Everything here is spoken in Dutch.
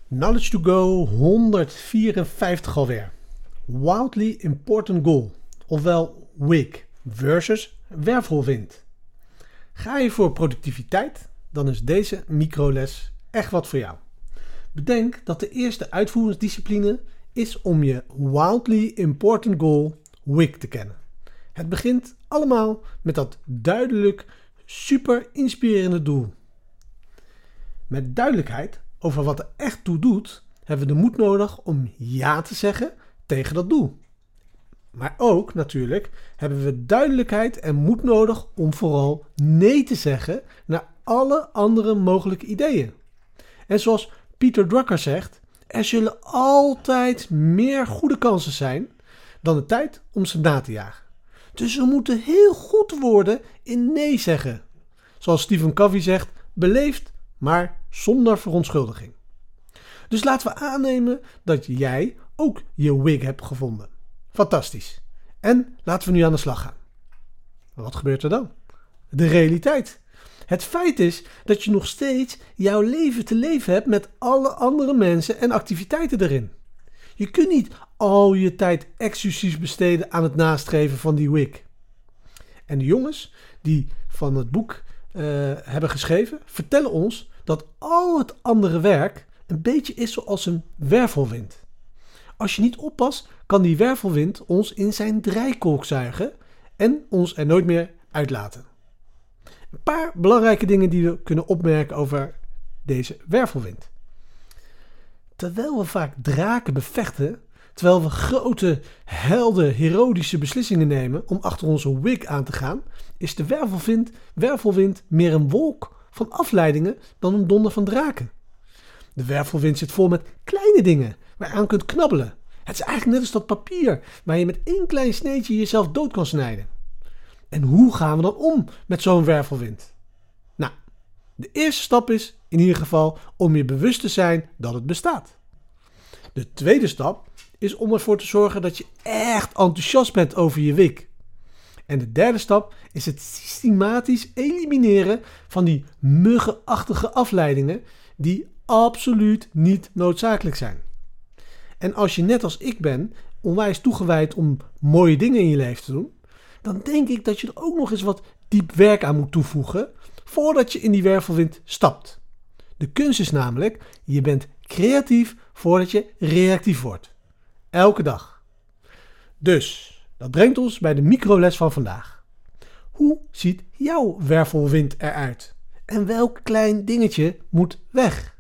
Knowledge to go 154 alweer. Wildly Important Goal, ofwel WIG versus wervelwind. Ga je voor productiviteit, dan is deze microles echt wat voor jou. Bedenk dat de eerste uitvoeringsdiscipline is om je Wildly Important Goal WIG te kennen. Het begint allemaal met dat duidelijk, super inspirerende doel. Met duidelijkheid over wat er echt toe doet, hebben we de moed nodig om ja te zeggen tegen dat doel. Maar ook natuurlijk hebben we duidelijkheid en moed nodig om vooral nee te zeggen naar alle andere mogelijke ideeën. En zoals Peter Drucker zegt, er zullen altijd meer goede kansen zijn dan de tijd om ze na te jagen. Dus we moeten heel goed worden in nee zeggen. Zoals Stephen Covey zegt, beleefd, maar zonder verontschuldiging. Dus laten we aannemen dat jij ook je WIG hebt gevonden. Fantastisch. En laten we nu aan de slag gaan. Wat gebeurt er dan? De realiteit. Het feit is dat je nog steeds jouw leven te leven hebt met alle andere mensen en activiteiten erin. Je kunt niet al je tijd exclusief besteden aan het nastreven van die WIG. En de jongens die van het boek hebben geschreven, vertellen ons dat al het andere werk een beetje is zoals een wervelwind. Als je niet oppast, kan die wervelwind ons in zijn draaikolk zuigen en ons er nooit meer uitlaten. Een paar belangrijke dingen die we kunnen opmerken over deze wervelwind. Terwijl we vaak draken bevechten, terwijl we grote, helden, heroïsche beslissingen nemen om achter onze WIG aan te gaan, is de wervelwind meer een wolk van afleidingen dan een donder van draken. De wervelwind zit vol met kleine dingen waar je aan kunt knabbelen. Het is eigenlijk net als dat papier waar je met één klein sneetje jezelf dood kan snijden. En hoe gaan we dan om met zo'n wervelwind? Nou, de eerste stap is in ieder geval om je bewust te zijn dat het bestaat. De tweede stap is om ervoor te zorgen dat je echt enthousiast bent over je WIG. En de derde stap is het systematisch elimineren van die muggenachtige afleidingen die absoluut niet noodzakelijk zijn. En als je net als ik ben onwijs toegewijd om mooie dingen in je leven te doen, dan denk ik dat je er ook nog eens wat diep werk aan moet toevoegen voordat je in die wervelwind stapt. De kunst is namelijk, je bent creatief voordat je reactief wordt. Elke dag. Dus, dat brengt ons bij de microles van vandaag. Hoe ziet jouw wervelwind eruit? En welk klein dingetje moet weg?